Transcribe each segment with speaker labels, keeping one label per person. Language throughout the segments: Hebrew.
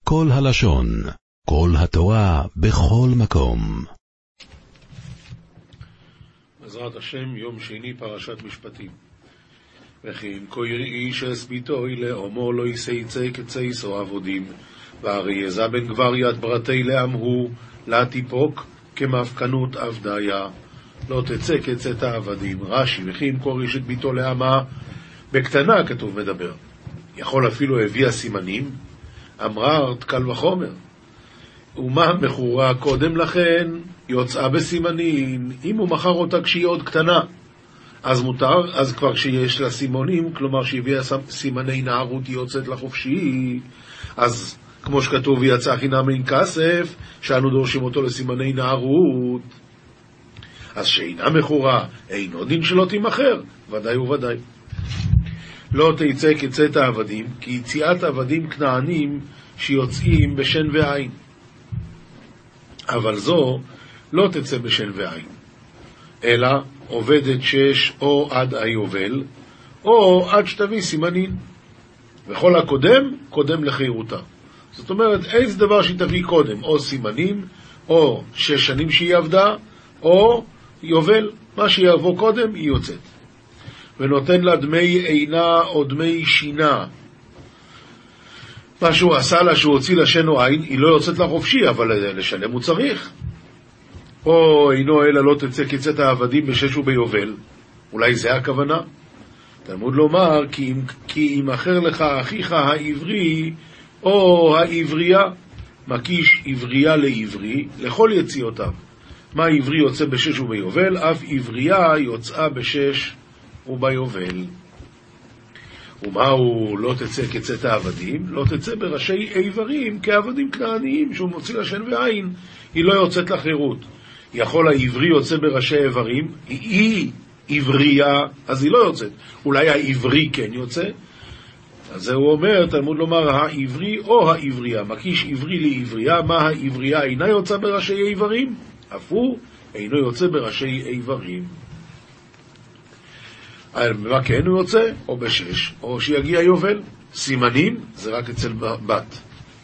Speaker 1: כל הלשון, כל התורה, בכל מקום.
Speaker 2: בעזרת השם, יום שני, פרשת משפטים. וכי אם כה איש הסביתו לאומו לא יסייצא כצייסו עבודים, והרי יזה בן גבר יד ברתי לעמהו, לה תיפוק כמפקנות עבדיה, לא תצא כצאת העבדים. רש"י, וכי אם כה איש את ביתו לעמה, בקטנה כתוב מדבר, יכול אפילו הביאה סימנים, אמרת קל וחומר. ומה מכורה קודם לכן יוצאה בסימנים, אם הוא מכר אותה כשהיא עוד קטנה אז מותר, אז כבר כשיש לה סימונים, כלומר שהביאה סימני נערות, היא יוצאת לחופשי, אז כמו שכתוב יצא חינם אין כסף, שאנו דורשים אותו לסימני נערות, אז שאינה מכורה אינו דין שלא תימכר, ודאי וודאי. לא תצא כצאת העבדים, כי יציאת עבדים כנענים שיוצאים בשן ועין, אבל זו לא תצא בשן ועין, אלא עובדת 6 או עד היובל, או עד שתביא סימנין, וכל הקודם קודם לחירותה. זאת אומרת, איזה דבר שתביא קודם, או סימנים, או 6 שנים שהיא עבדה, או יובל, מה שיבוא קודם היא יוצאת. ונותן לה דמי עינה או דמי שינה. מה שהוא עשה לה, שהוא הוציא לשן או עין, היא לא יוצאת לחופשי, אבל לשלם הוא צריך. או אינו אלא לא תצא כצאת העבדים ב6 וביובל, אולי זה הכוונה. תלמוד לומר, כי אם אחר לך אחיך העברי או העברייה, מקיש עברייה לעברי לכל יציאותיו. מה עברי יוצא ב6 וביובל, אף עברייה יוצאה ב6 וביובל. ומהו לא תצא כצאת העבדים? לא תצא בראשי איברים כעבדים כנעניים, שהוא מוציא לשן ועין, היא לא יוצאת לחירות. יכול העברי יוצא בראשי איברים, היא עברייה, אז היא לא יוצאת. אולי העברי כן יוצא. אז זה הוא אומר, תלמוד לומר, העברי או העברייה, מקיש עברי לעברייה, מה העברייה אינה יוצא בראשי איברים? אף הוא אינו יוצא בראשי איברים. מה כן הוא יוצא? או ב6, או שיגיע יובל. סימנים זה רק אצל בת.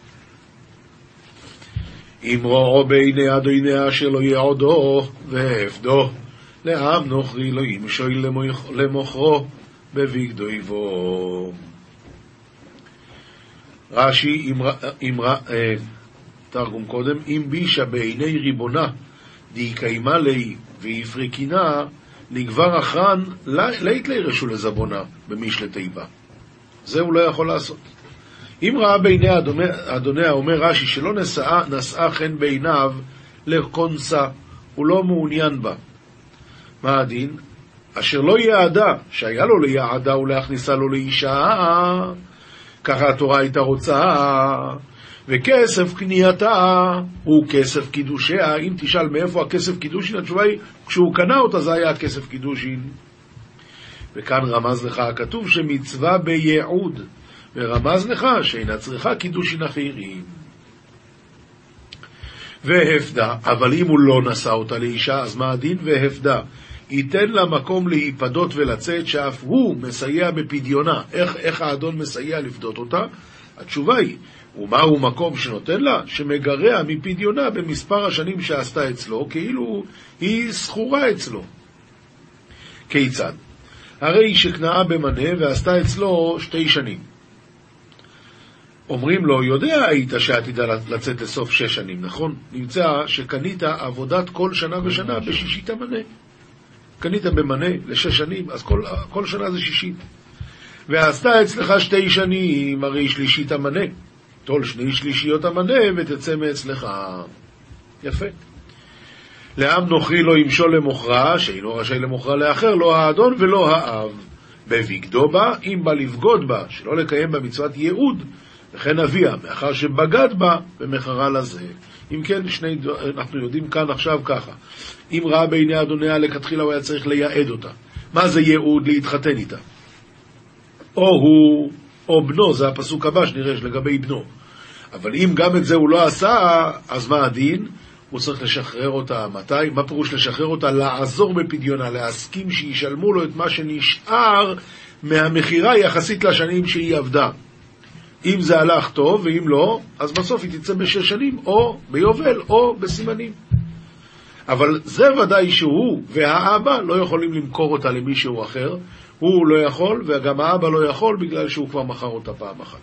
Speaker 2: אם רואו בעיני אדוני אשר לא יעודו והפדו, לעם נוכרי לא ימשוי למוכרו בבגדו יבוא. רש"י, תרגום קודם, אם בישה בעיני ריבונה דיקיימה לי ויפרקינה, לגבר אחרן לית לירשו לזבונה במשלתי בה. זה הוא לא יכול לעשות. אם ראה בעיני אדוניה, אומר רש"י, שלא נשאה חן בעיניו לקונסה, הוא לא מעוניין בה. מה הדין? אשר לא יעדה, שהיה לו ליעדה ולהכניסה לו לאישה, ככה התורה הייתה רוצה, וכסף קנייתה הוא כסף קידושיה. אם תשאל מאיפה הכסף קידושין, התשובה היא, כשהוא קנה אותה זה היה כסף קידושין. וכאן רמז לך הכתוב שמצווה בייעוד, ורמז לך שאינה צריכה קידושין אחרים. והפדה, אבל אם הוא לא נשא אותה לאישה, אז מה הדין? והפדה, ייתן לה מקום להיפדות ולצאת, שאף הוא מסייע בפדיונה. איך האדון מסייע לפדות אותה? התשובה היא, ומהו מקום שנותן לה? שמגרע מפדיונה במספר השנים שעשתה אצלו, כאילו היא סחורה אצלו. כיצד? הרי היא שקנאה במנה ועשתה אצלו 2 שנים. אומרים לו, יודע היית שעתידה לצאת לסוף 6 שנים, נכון? נמצא שקנית עבודת כל שנה ושנה ב60 המנה. קנית במנה ל6 שנים, אז כל שנה זה 60. ועשתה אצלך 2 שנים, הרי שלישית המנה. תול 2 שלישיות המנה ותצא מאצלך. יפה. לעם נוכרי לא ימשול למוכרה, שאינו רשאי למוכרה לאחר, לא האדון ולא האב. בבגדו בה, אם בא לבגוד בה, שלא לקיים בה מצוות ייעוד, וכן אביה, מאחר שבגד בה ומחרה לזה. אם כן, אנחנו יודעים כאן עכשיו ככה. אם ראה בעיני אדוניה לכתחילה, הוא היה צריך לייעד אותה. מה זה ייעוד? להתחתן איתה. או הוא, או בנו, זה הפסוק הבא שנראה לגבי בנו. אבל אם גם את זה הוא לא עשה, אז מה הדין? הוא צריך לשחרר אותה. מתי? מה פירוש לשחרר אותה? לעזור בפדיונה, להסכים שישלמו לו את מה שנשאר מהמחירה יחסית לשנים שהיא עבדה. אם זה הלך טוב, ואם לא, אז בסוף היא תצא ב6 שנים, או ביובל, או בסימנים. אבל זה ודאי שהוא והאבא לא יכולים למכור אותה למישהו אחר, הוא לא יכול, וגם האבא לא יכול, בגלל שהוא כבר מכר אותה פעם אחת.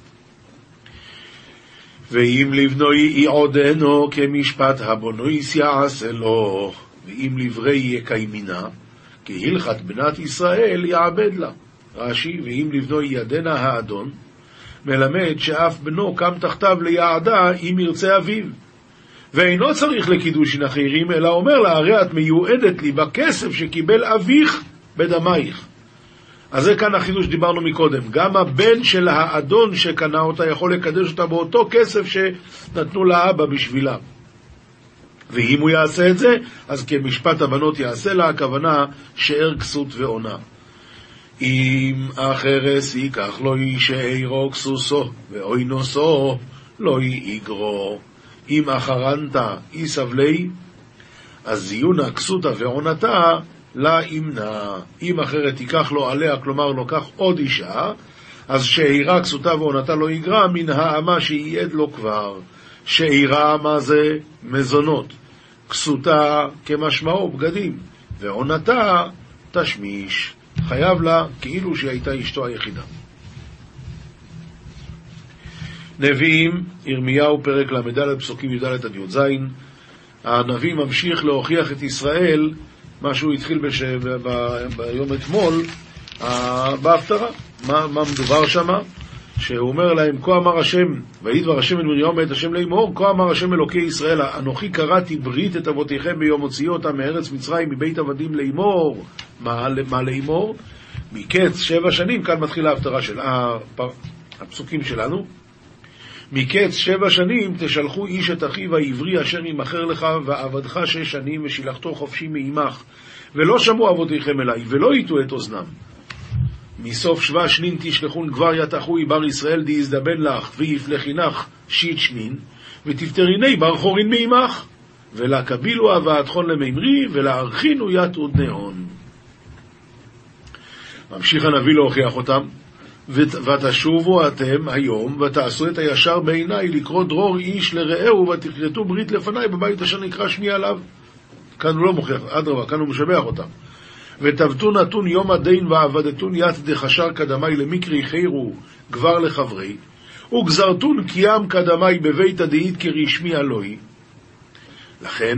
Speaker 2: ואם לבנוי יעודנו כמשפט הבונויס יעשה לו, ואם לברי יקיימינה, כהלכת בנת ישראל יעבד לה. רש"י, ואם לבנוי ידנה האדון, מלמד שאף בנו קם תחתיו ליעדה אם ירצה אביו. ואינו צריך לקידושין אחרים, אלא אומר לה, הרי את מיועדת לי בכסף שקיבל אביך בדמייך. אז זה כאן החידוש שדיברנו מקודם. גם הבן של האדון שקנה אותה יכול לקדש אותה באותו כסף שנתנו לאבא בשבילה. ואם הוא יעשה את זה, אז כמשפט הבנות יעשה לה, הכוונה שאר כסות ועונה. אם אחרס ייקח לא יישארו כסוסו, ואוי נוסו לא ייגרו. אם אחרנתה יסבלי, אז זיונה כסותה ועונתה לה ימנע. אם אחרת תיקח לו עליה, כלומר לא כך עוד אישה, אז שאירה כסותה ועונתה לא יגרע מן האמה שיעד לו כבר. שאירה מה זה? מזונות. כסותה כמשמעו בגדים, ועונתה תשמיש. חייב לה כאילו שהיא הייתה אשתו היחידה. נביאים, ירמיהו פרק למד' פסוקים י"ד עד י"ז. הנביא ממשיך להוכיח את ישראל, מה שהוא התחיל ביום אתמול, בהפטרה. מה מדובר שמה? שהוא אומר להם, כה אמר השם, וידבר השם אל מרים מאת השם לאמור, כה אמר השם אלוקי ישראל, אנוכי קראתי ברית את אבותיכם ביום הוציאו אותם מארץ מצרים מבית עבדים לאמור. מה לאמור? מקץ 7 שנים, כאן מתחילה ההפטרה של הפסוקים שלנו. מקץ 7 שנים תשלחו איש את אחיו העברי אשר ימכר לך, ועבדך 6 שנים ושילחתו חופשי מעמך, ולא שמעו אבותיכם אליי ולא יטו את אוזנם. מסוף 7 שנים תשלחון כבר יתחוי בר ישראל די יזדבן לך ויפלחינך 6 שנים, ותפטריני בר חורין מעמך, ולקבילו הבאתכון למימרי ולארכינו יתו דנאון. ממשיך הנביא להוכיח אותם. ותשובו אתם היום ותעשו את הישר בעיניי לקרוא דרור איש לרעהו ותכרתו ברית לפניי בבית אשר נקרא שמי עליו. כאן הוא לא מוכיח, אדרבה, כאן הוא משבח אותם. ותבטו נתון יום הדין ועבדתון ית דחשר קדמי למקרי חירו כבר לחברי, וגזרתון קיים קדמי בבית הדעית כרשמי אלוהי. לכן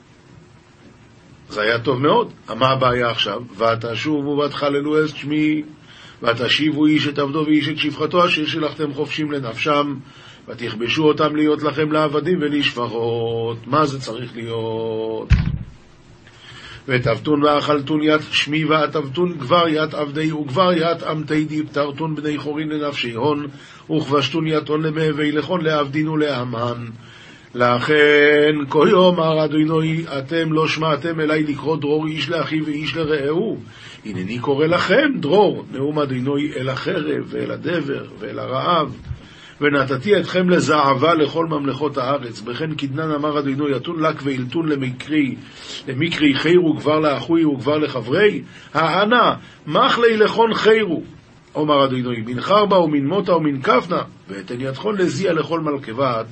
Speaker 2: זה היה טוב מאוד. מה הבעיה עכשיו? ותשובו ותחללו את שמי ותשיבו איש את עבדו ואיש את שפחתו אשר שלחתם חופשים לנפשם, ותכבשו אותם להיות לכם לעבדים ולשפחות. מה זה צריך להיות? ותבטון ואכלתון ית שמי ותבטון כבר ית עבדי וכבר ית עמתי דיפטרתון בני חורין לנפשי הון, וכבשתון יתון למהווי לכון לעבדין ולאמן. לכן כל יום אמר אדוני, אתם לא שמעתם אליי לקרוא דרור איש לאחי ואיש לרעהו, הנני קורא לכם דרור נאום אדוני אל החרב ואל הדבר ואל הרעב, ונתתי אתכם לזעבה לכל ממלכות הארץ. בכן כדנן אמר אדוני, יתון לק ואילתון למקרי חירו כבר לאחוי וכבר לחברי, הענה מחלי לכון חירו, אומר אדוני, מן חרבה ומן מוטה ומן כפנה, ואתן ידכון לזיע לכל מלכבת.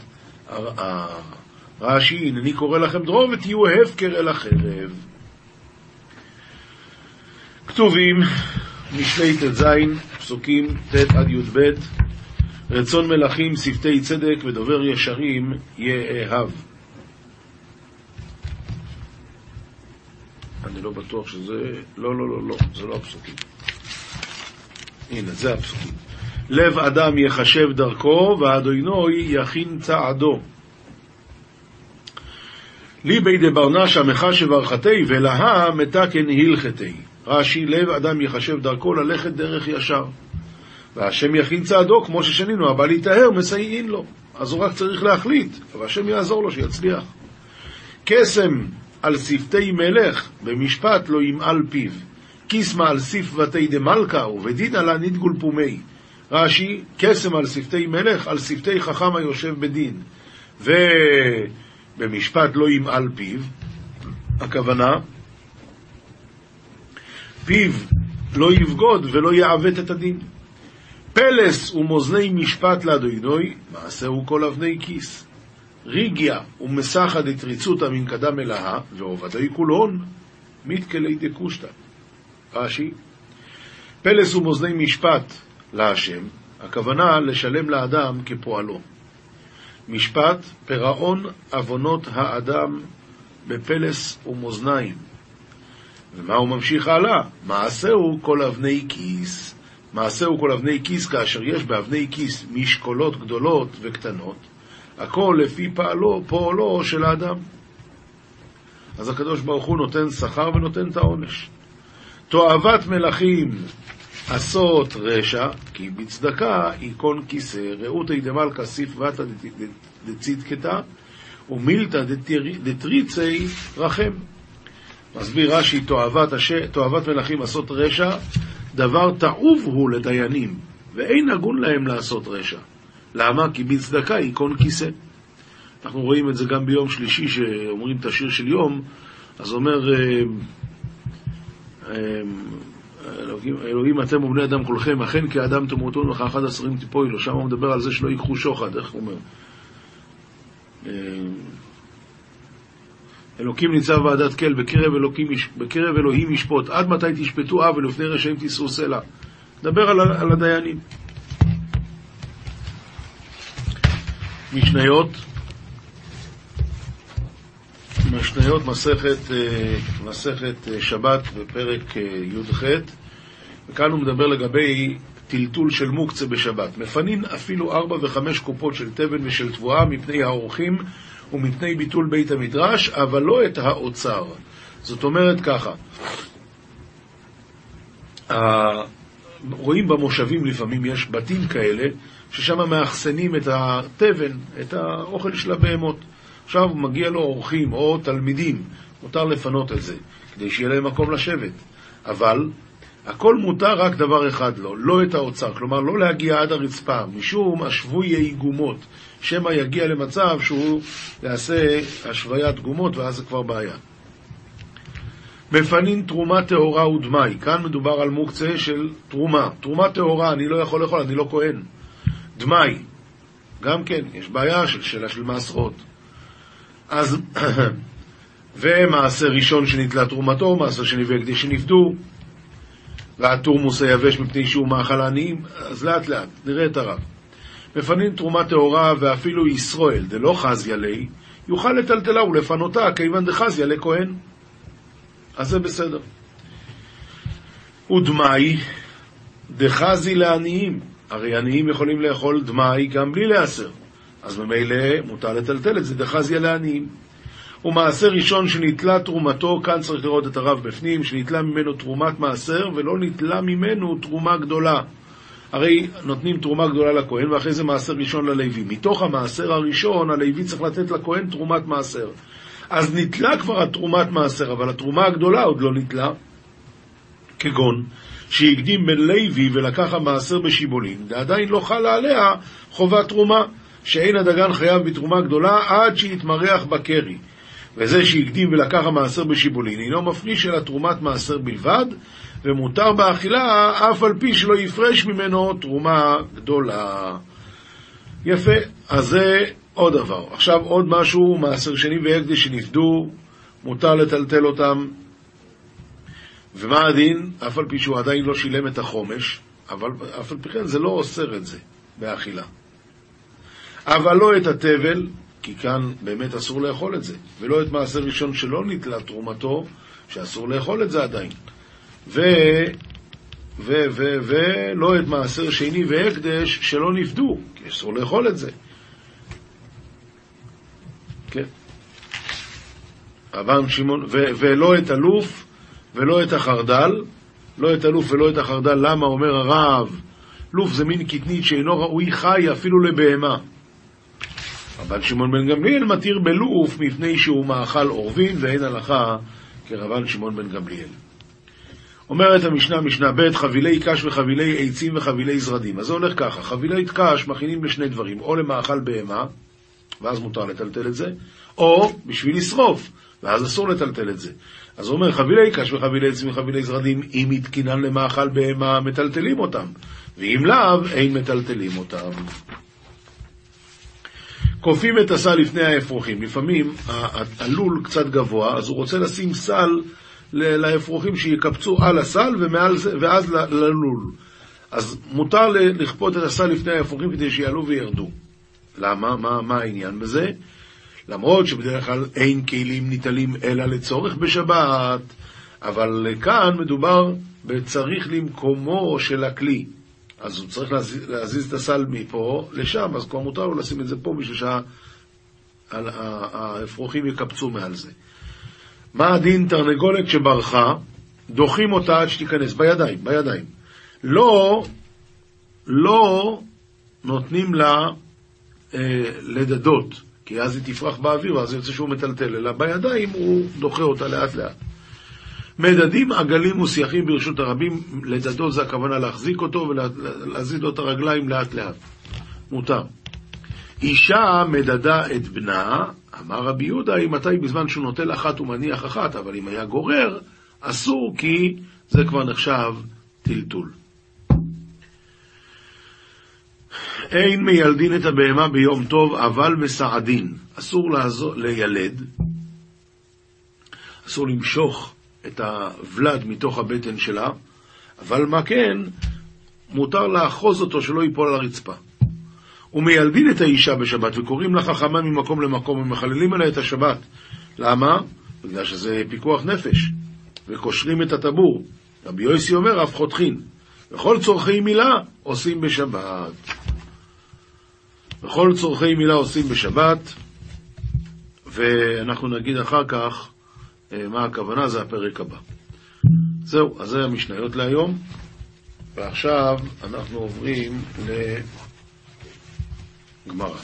Speaker 2: רש"י, הנני קורא לכם דרור ותהיו הפקר אל החרב. כתובים משלי ט"ז פסוקים ט' עד י"ב. רצון מלכים שפתי צדק ודובר ישרים יאהב. אני לא בטוח שזה... לא, זה לא הפסוקים. הנה, זה הפסוקים. לב אדם יחשב דרכו ואדוני יכין צעדו. לי בידי ברנש עמך שברכתי ולהה מתקן הלכתי. רש"י, לב אדם יחשב דרכו ללכת דרך ישר, והשם יכין צעדו, כמו ששנינו, הבא להיטהר מסייעין לו. אז הוא רק צריך להחליט, והשם יעזור לו שיצליח. קסם על שפתי מלך במשפט לא ימעל פיו, קיסמה על שף בתי דמלכה ובדין עלה נדגול פומי. רש"י, קסם על שפתי מלך, על שפתי חכם היושב בדין, ובמשפט לא ימעל פיו, הכוונה פיו לא יבגוד ולא יעוות את הדין. פלס ומוזני משפט לאדוני, מעשהו כל אבני כיס. ריגיה ומסחא דתריצותא מן קדם אלהה, ועובדי כולהון, מתכלי דקושטא. רש"י, פלס ומוזני משפט להשם, הכוונה לשלם לאדם כפועלו. משפט, פירעון עוונות האדם בפלס ומאזניים. ומה הוא ממשיך הלאה? מעשהו כל אבני כיס. מעשהו כל אבני כיס, כאשר יש באבני כיס משקולות גדולות וקטנות, הכל לפי פועלו של האדם. אז הקדוש ברוך הוא נותן שכר ונותן את העונש. תועבת מלכים עשות רשע, כי בצדקה ייכון כיסא, ראותא דמלכא סיפתא דצדקתא, ומילתא דתריצי רחם. מסביר רש"י, תועבת מלכים עשות רשע, דבר תעוב הוא לדיינים, ואין הגון להם לעשות רשע. למה? כי בצדקה ייכון כיסא. אנחנו רואים את זה גם ביום שלישי, שאומרים את השיר של יום, אז אומר, אלוהים אתם ובני אדם כולכם, אכן כאדם תמותון וכאחד 11 תיפוי לו. שם הוא מדבר על זה שלא ייקחו שוחד. איך הוא אומר? אלוקים ניצב ועדת כל, בקרב אלוהים ישפוט. עד מתי תשפטו עוול ולפני רשעים תישאו סלע? דבר על הדיינים. משניות מסכת שבת בפרק י"ח, וכאן הוא מדבר לגבי טלטול של מוקצה בשבת. מפנין אפילו 4 ו5 קופות של תבן ושל תבואה מפני האורחים ומפני ביטול בית המדרש, אבל לא את האוצר. זאת אומרת ככה, רואים במושבים לפעמים יש בתים כאלה ששם מאחסנים את התבן, את האוכל של הבהמות. עכשיו מגיע לו אורחים או תלמידים, מותר לפנות את זה, כדי שיהיה להם מקום לשבת. אבל הכל מותר, רק דבר אחד לא את האוצר, כלומר לא להגיע עד הרצפה, משום השבוי יגומות, שמא יגיע למצב שהוא יעשה השוויית גומות, ואז זה כבר בעיה. מפנין תרומה טהורה ודמי, כאן מדובר על מוקצה של תרומה. תרומה טהורה, אני לא יכול לאכול, אני לא כהן. דמי, גם כן, יש בעיה של שאלה של מעשרות. אז, ומעשר ראשון שנתלה תרומתו, מעשר שני והקדש שנפדו, והתורמוס היבש מפני שהוא מאכל העניים, אז לאט לאט, נראה את הרב. מפנין תרומה טהורה ואפילו ישראל, דלא חזיה לי, יוכל לטלטלה ולפנותה, כיוון דחזיה לכהן. אז זה בסדר. ודמי, דחזי לעניים, הרי עניים יכולים לאכול דמי גם בלי לעשר. אז ממילא מותר לטלטל את זה, דחזיה לעניים. ומעשר ראשון שנתלה תרומתו, כאן צריך לראות את הרב בפנים, שנתלה ממנו תרומת מעשר, ולא נתלה ממנו תרומה גדולה. הרי נותנים תרומה גדולה לכהן, ואחרי זה מעשר ראשון ללוי. מתוך המעשר הראשון, הלוי צריך לתת לכהן תרומת מעשר. אז נתלה כבר התרומת מעשר, אבל התרומה הגדולה עוד לא נתלה. כגון, שהקדים בין לוי ולקח המעשר בשיבולין, ועדיין לא חלה עליה חובת תרומה, שאין הדגן חייב בתרומה גדולה עד שיתמרח בקרי. וזה שהקדים ולקח המעשר בשיבולין, אינו מפריש אלא תרומת מעשר בלבד, ומותר באכילה אף על פי שלא יפרש ממנו תרומה גדולה. יפה, אז זה עוד דבר. עכשיו עוד משהו, מעשר שני והקדש שנפדו, מותר לטלטל אותם. ומה הדין? אף על פי שהוא עדיין לא שילם את החומש, אבל אף על פי כן זה לא אוסר את זה באכילה. אבל לא את התבל, כי כאן באמת אסור לאכול את זה, ולא את מעשר ראשון שלא נתלה תרומתו, שאסור לאכול את זה עדיין. ולא את מעשר שני והקדש שלא נפדו, כי אסור לאכול את זה. כן. רבן שמעון, ולא את אלוף ולא את החרדל, לא את אלוף ולא את החרדל. למה? אומר הרב, לוף זה מין קטנית שאינו ראוי חי אפילו לבהמה. רבן שמעון בן גמליאל מתיר בלוף מפני שהוא מאכל עורבים, ואין הלכה כרבן שמעון בן גמליאל. אומרת המשנה, משנה ב', חבילי קש וחבילי עצים וחבילי זרדים. אז זה הולך ככה, חבילי קש מכינים לשני דברים, או למאכל בהמה, ואז מותר לטלטל את זה, או בשביל לשרוף, ואז אסור לטלטל את זה. אז הוא אומר, חבילי קש וחבילי עצים וחבילי זרדים, אם התקינן למאכל בהמה, מטלטלים אותם. ואם לאו, אין מטלטלים אותם. קופים את הסל לפני האפרוחים. לפעמים הלול קצת גבוה, אז הוא רוצה לשים סל לאפרוחים שיקפצו על הסל ואז ללול. אז מותר לכפות את הסל לפני האפרוחים כדי שיעלו וירדו. למה? מה העניין בזה? למרות שבדרך כלל אין כלים ניטלים אלא לצורך בשבת, אבל כאן מדובר בצריך למקומו של הכלי. אז הוא צריך להזיז את הסל מפה לשם, אז כבר מותר לו לשים את זה פה בשביל שהאפרוחים יקפצו מעל זה. מה הדין? תרנגולת שברחה, דוחים אותה עד שתיכנס בידיים. לא נותנים לה לדדות, כי אז היא תפרח באוויר, אז יוצא שהוא מטלטל, אלא בידיים הוא דוחה אותה לאט לאט. מדדים עגלים וסייחים ברשות הרבים, לדדות זה הכוונה להחזיק אותו ולהזיז לו את הרגליים לאט לאט. מותר. אישה מדדה את בנה, אמר רבי יהודה, אם מתי בזמן שהוא נוטל אחת ומניח אחת, אבל אם היה גורר, אסור, כי זה כבר נחשב טלטול. אין מיילדין את הבהמה ביום טוב, אבל מסעדין. אסור לילד, אסור למשוך את הוולד מתוך הבטן שלה, אבל מה כן, מותר לאחוז אותו שלא ייפול על הרצפה. ומיילדין את האישה בשבת, וקוראים לה חכמה ממקום למקום, ומחללים עליה את השבת. למה? בגלל שזה פיקוח נפש, וקושרים את הטבור. רבי יוסי אומר, אף חותכין. וכל צורכי מילה עושים בשבת. וכל צורכי מילה עושים בשבת, ואנחנו נגיד אחר כך מה הכוונה, זה הפרק הבא. זהו, אז זה המשניות להיום, ועכשיו אנחנו עוברים לגמרא.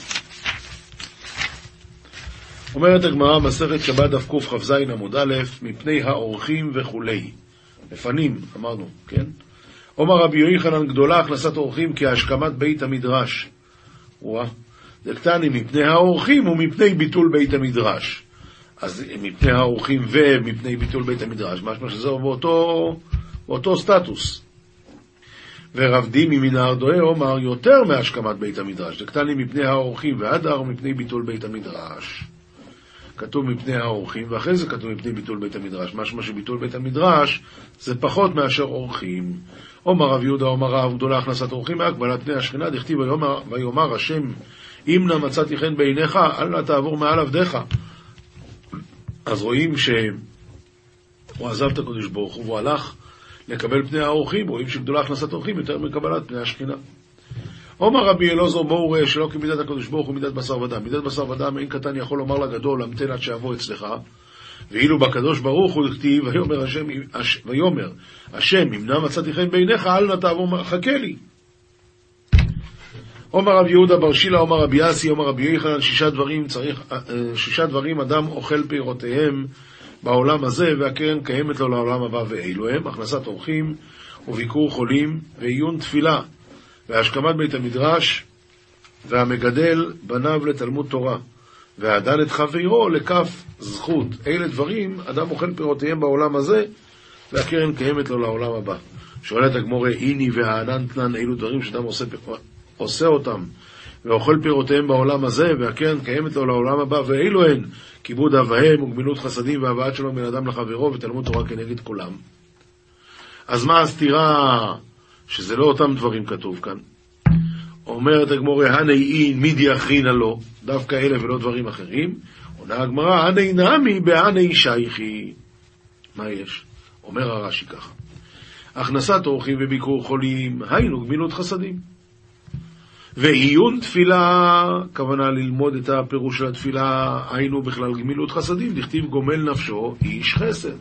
Speaker 2: אומרת הגמרא, מסכת שבת דף קכ"ז עמוד א', מפני האורחים וכולי. לפנים, אמרנו, כן? אומר רבי יוחנן, גדולה הכנסת אורחים כהשכמת בית המדרש. דקטני, מפני האורחים ומפני ביטול בית המדרש. אז מפני האורחים ומפני ביטול בית המדרש, משמע שזה באותו סטטוס. ורב דימי מן הארדואה אומר יותר מהשכמת בית המדרש. דקטני, מפני האורחים והדר ומפני ביטול בית המדרש. כתוב מפני האורחים, ואחרי זה כתוב מפני ביטול בית המדרש. משמע שביטול בית המדרש זה פחות מאשר אורחים. אומר רב יהודה, אומר רב, גדולה הכנסת אורחים מהגבלת פני השכינה, דכתיב ויאמר השם, אם נא מצאתי חן בעיניך, אל נא תעבור מעל עבדיך. אז רואים שהוא עזב את הקדוש ברוך הוא, והוא הלך לקבל פני האורחים, רואים שגדולה הכנסת אורחים יותר מקבלת פני השכינה. אומר רבי אלעזר, בואו ראה שלא כמידת הקדוש ברוך הוא מידת בשר ודם. מידת בשר ודם אין קטן יכול לומר לגדול, המתן עד שיבוא אצלך, ואילו בקדוש ברוך הוא דכתיב, ויאמר השם, אם נא מצאתי חן בעיניך, אל נא תעבור, חכה לי. אומר רבי יהודה בר שילה, אומר רבי אסי, אומר רבי יוחנן, 6 דברים אדם אוכל פירותיהם בעולם הזה, והקרן קיימת לו לעולם הבא, ואילו הם הכנסת אורחים וביקור חולים ועיון תפילה והשכמת בית המדרש, והמגדל בניו לתלמוד תורה, והדן את חברו לכף זכות. אלה דברים אדם אוכל פירותיהם בעולם הזה, והקרן קיימת לו לעולם הבא. שואלת הגמרא, איני והענן תנן, אילו דברים שאדם עושה אותם ואוכל פירותיהם בעולם הזה, והקרן קיימת לו לעולם הבא, ואילו הן כיבוד אביהם וגמילות חסדים והבאת שלום בין אדם לחברו ותלמוד תורה כנגד כולם. אז מה הסתירה שזה לא אותם דברים כתוב כאן? אומרת הגמרא, הני מידי אחרינה לו, דווקא אלה ולא דברים אחרים. עונה הגמרא, הני נעמי בהני שייכי. מה יש? אומר הרש"י ככה, הכנסת אורחים וביקור חולים, היינו גמילות חסדים. ועיון תפילה, כוונה ללמוד את הפירוש של התפילה, היינו בכלל גמילות חסדים, דכתיב גומל נפשו איש חסד.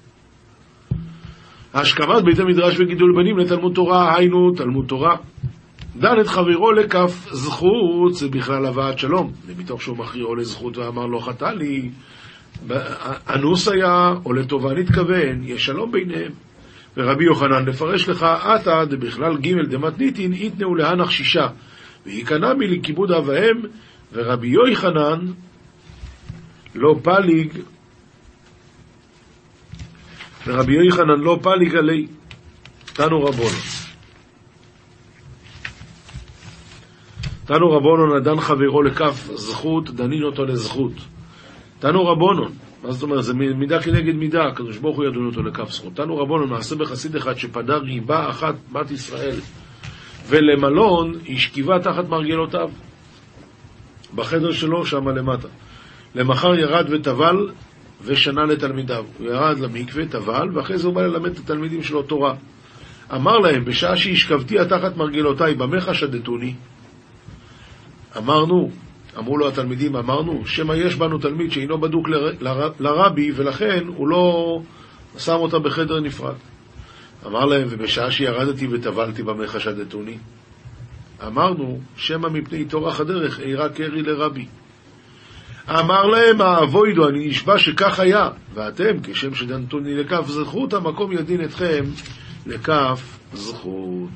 Speaker 2: השכמת בית המדרש וגידול בנים לתלמוד תורה, היינו תלמוד תורה. דן את חברו לכף זכות, זה בכלל הבאת שלום, ומתוך שהוא מכריעו לזכות ואמר לו חטא לי, אנוס היה או לטובה נתכוון, יש שלום ביניהם. ורבי יוחנן לפרש לך, אתה בכלל ג' דמתניתין יתנאו להנח 6, ויקנה בי לכיבוד אביהם. ורבי יוחנן לא פליג, ורבי יוחנן לא פליג עלי, תנו רבונו. תנו רבונון הדן חברו לכף זכות, דנין אותו לזכות. תנו רבונון, מה זאת אומרת? זה מידה כנגד מידה, הקדוש ברוך הוא ידון אותו לכף זכות. תנו רבונון, מעשה בחסיד אחד שפדה ריבה אחת בת ישראל, ולמלון השכיבה תחת מרגלותיו, בחדר שלו שם למטה. למחר ירד וטבל ושנה לתלמידיו. הוא ירד למקווה, טבל, ואחרי זה הוא בא ללמד את התלמידים שלו תורה. אמר להם, בשעה שהשכבתי תחת מרגלותיי, במה חשדתוני? אמרו לו התלמידים, שמה יש בנו תלמיד שאינו בדוק לרבי, ולכן הוא לא שם אותה בחדר נפרד. אמר להם, ובשעה שירדתי וטבלתי, במה חשדתוני? אמרנו, שמה מפני תורך הדרך, אירה קרי לרבי. אמר להם, האבוידו, אני נשבע שכך היה, ואתם, כשם שדנתוני לכף זכות, המקום ידין אתכם לכף זכות.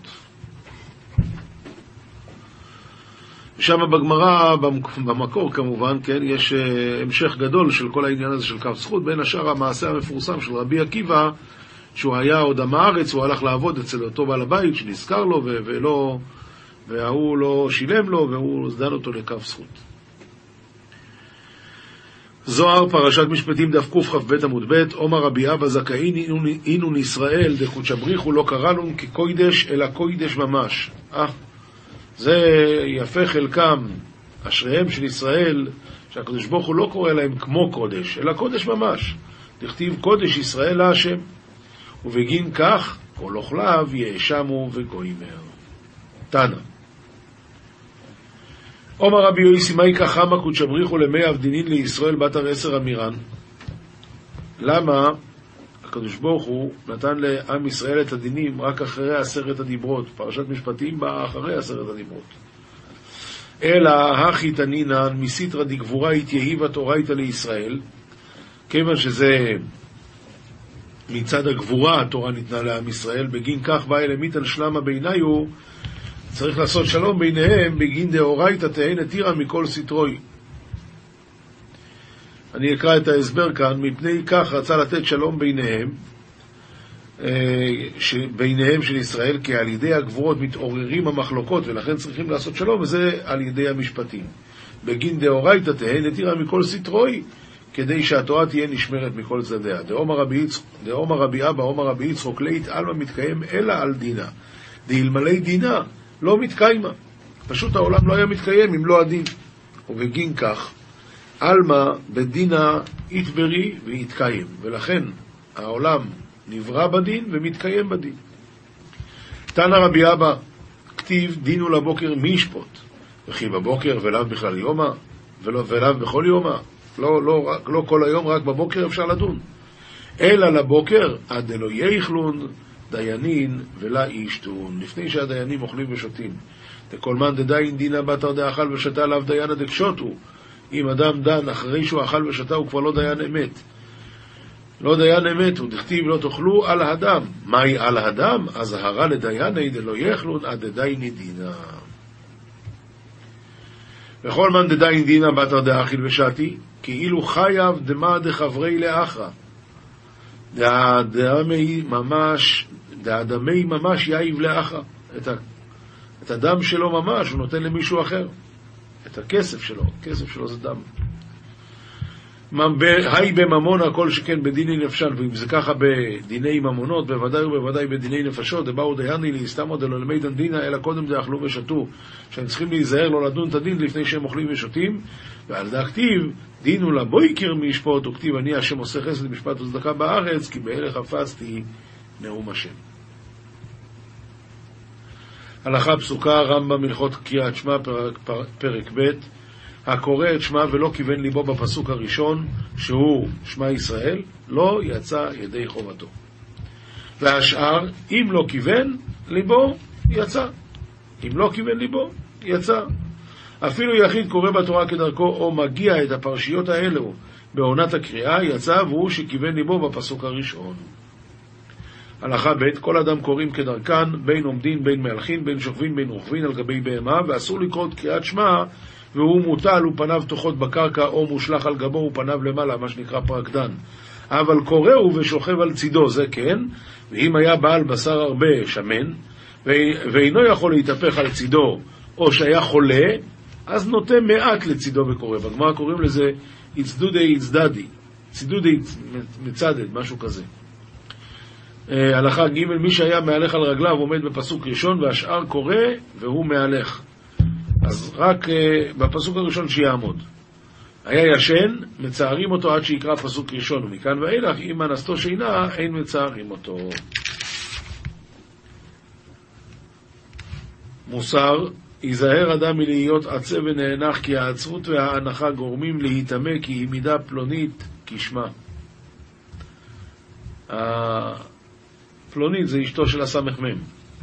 Speaker 2: שם בגמרא, במקור כמובן, כן, יש המשך גדול של כל העניין הזה של כף זכות, בין השאר המעשה המפורסם של רבי עקיבא, שהוא היה עוד עם הארץ, הוא הלך לעבוד אצל אותו בעל הבית שנזכר לו והוא לא שילם לו, והוא דן אותו לכף זכות. זוהר, פרשת משפטים, דף קכ"ב עמוד ב', אומר רבי אבא זכאין אינון ישראל דקודש בריחו לא קראלון כקוידש אלא קוידש ממש. זה יפה חלקם, אשריהם של ישראל, שהקדוש ברוך הוא לא קורא להם כמו קודש, אלא קודש ממש. תכתיב קודש ישראל להשם, ובגין כך כל אוכליו יאשמו וגוימר. תנא. אומר רבי יוסי, מהי כחמה קודש בריחו למי אבדינין לישראל בת 10 אמירן? למה הקדוש ברוך הוא נתן לעם ישראל את הדינים רק אחרי 10 הדיברות? פרשת משפטים באה אחרי 10 הדיברות. אלא הכי תנינן מסיתרא דגבורה התייהיבה תורייתא לישראל, כיוון שזה מצד הגבורה התורה ניתנה לעם ישראל, בגין כך בא אלמיתן שלמה ביניו, צריך לעשות שלום ביניהם, בגין דאורייתא תהא נטירא מכל סטרוי. אני אקרא את ההסבר כאן. מפני כך רצה לתת שלום ביניהם, ביניהם של ישראל, כי על ידי הגבורות מתעוררים המחלוקות, ולכן צריכים לעשות שלום, וזה על ידי המשפטים. בגין דאורייתא תהא נטירא מכל סטרוי, כדי שהתורה תהיה נשמרת מכל צדדיה. דאמר רבי אבא, אומר רבי יצחוק, לית עלמא מתקיים אלא על דינה, דאלמלא דינה לא מתקיימה. פשוט העולם לא היה מתקיים אם לא הדין. ובגין כך עלמא בדינה יתברי ויתקיים, ולכן העולם נברא בדין ומתקיים בדין. תנא רבי אבא, כתיב דינו לבוקר מי ישפוט, וכי בבוקר ולאו בכלל יומא, ולאו בכל יומא, לא כל היום, רק בבוקר אפשר לדון. אלא לבוקר עד דלא יאכלון דיינין ולה ישתון, לפני שהדיינים אוכלים ושותים. דכל מן דדיין דינא בתר דאכל ושתה לאו דיינא דקשותו. אם אדם דן אחרי שהוא אכל ושתה הוא כבר לא דיין אמת. לא דיין אמת, הוא דכתיב לא תאכלו על האדם. מהי על האדם? הזהרה לדייני דלא יאכלון עד דדייני דינא. וכל מן דדיין דינא בתר דאכיל ושתי, כאילו חייב דמה דחברי לאחרא. דאדמי ממש יאיב לאחרא. את הדם שלו ממש הוא נותן למישהו אחר. את הכסף שלו, הכסף שלו זה דם. היי בממון הכל שכן בדיני נפשן, ואם זה ככה בדיני ממונות, בוודאי ובוודאי בדיני נפשות, דבאו דייני להסתמא דלא למידן דינא, אלא קודם דאכלו ושתו, שהם צריכים להיזהר לא לדון את הדין לפני שהם אוכלים ושותים. ועל דה כתיב, דינו לבויקר משפוט, וכתיב אני השם עושה חסד משפט וצדקה בארץ, כי באלה חפצתי נאום השם. הלכה פסוקה, רמב"ם הלכות קריאת שמע, פרק ב', הקורא את שמע ולא כיוון ליבו בפסוק הראשון, שהוא שמע ישראל, לא יצא ידי חובתו. והשאר, אם לא כיוון ליבו, יצא. אם לא כיוון ליבו, יצא. אפילו יחיד קורא בתורה כדרכו, או מגיע את הפרשיות האלו בעונת הקריאה, יצא, והוא שכיוון ליבו בפסוק הראשון. הלכה ב', כל אדם קוראים כדרכן, בין עומדין, בין מהלכין, בין שוכבין, בין רוכבין על גבי בהמה, ואסור לקרוא את קריאת שמע, והוא מוטל ופניו תוחות בקרקע, או מושלח על גבו ופניו למעלה, מה שנקרא פרקדן. אבל קוראו ושוכב על צידו, זה כן, ואם היה בעל בשר הרבה שמן, ואינו יכול להתהפך על צידו, או שהיה חולה, אז נוטה מעט לצידו וקורא. בגמרא קוראים לזה יצדודי יצדדי, צידודי מצדד, משהו כזה. הלכה ג' מי שהיה מהלך על רגליו עומד בפסוק ראשון והשאר קורא והוא מהלך, אז רק בפסוק הראשון שיעמוד. היה ישן, מצערים אותו עד שיקרא פסוק ראשון, ומכאן ואילך אם אנסתו שינה אין מצערים אותו. מוסר, ייזהר אדם מלהיות עצב ונאנח, כי העצבות וההנחה גורמים להיטמא, כי היא מידה פלונית כשמה. פלונית זה אשתו של הסמ"ם.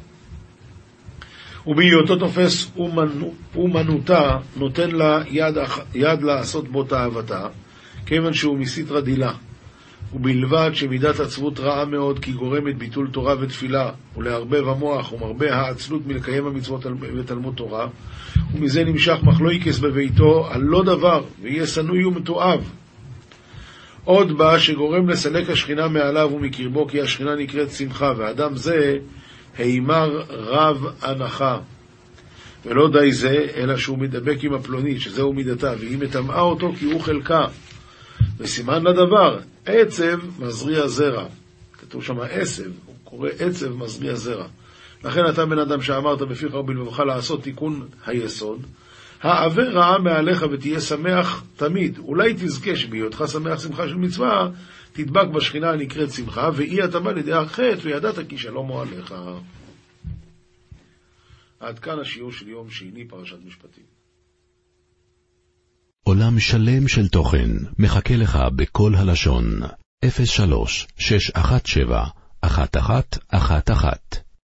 Speaker 2: ובהיותו תופס אומנותה, נותן לה יד לעשות בו תאוותה, כיוון שהוא מסתרא דילה. ובלבד שמידת עצבות רעה מאוד, כי גורמת ביטול תורה ותפילה, ולהרבב המוח ומרבה העצלות מלקיים המצוות ותלמוד תורה, ומזה נמשך מחלוקת בביתו על לא דבר, ויהיה שנוי ומתועב. עוד בא שגורם לסלק השכינה מעליו ומקרבו, כי השכינה נקראת שמחה, ואדם זה הימר רב הנחה. ולא די זה, אלא שהוא מדבק עם הפלונית, שזהו מידתה, והיא מטמאה אותו כי הוא חלקה. וסימן לדבר, עצב מזריע זרע. כתוב שם עצב, הוא קורא עצב מזריע זרע. לכן אתה בן אדם שאמרת בפיך ובלבבך לעשות תיקון היסוד, העבר רעה מעליך ותהיה שמח תמיד. אולי תזכה שבהיותך שמח שמחה של מצווה, תדבק בשכינה הנקראת שמחה, ואי התאמה לידי החטא, וידעת כי שלום הוא עליך. עד כאן השיעור של יום שני פרשת משפטים.
Speaker 1: עולם שלם של תוכן מחכה לך בכל הלשון. 03-617-1111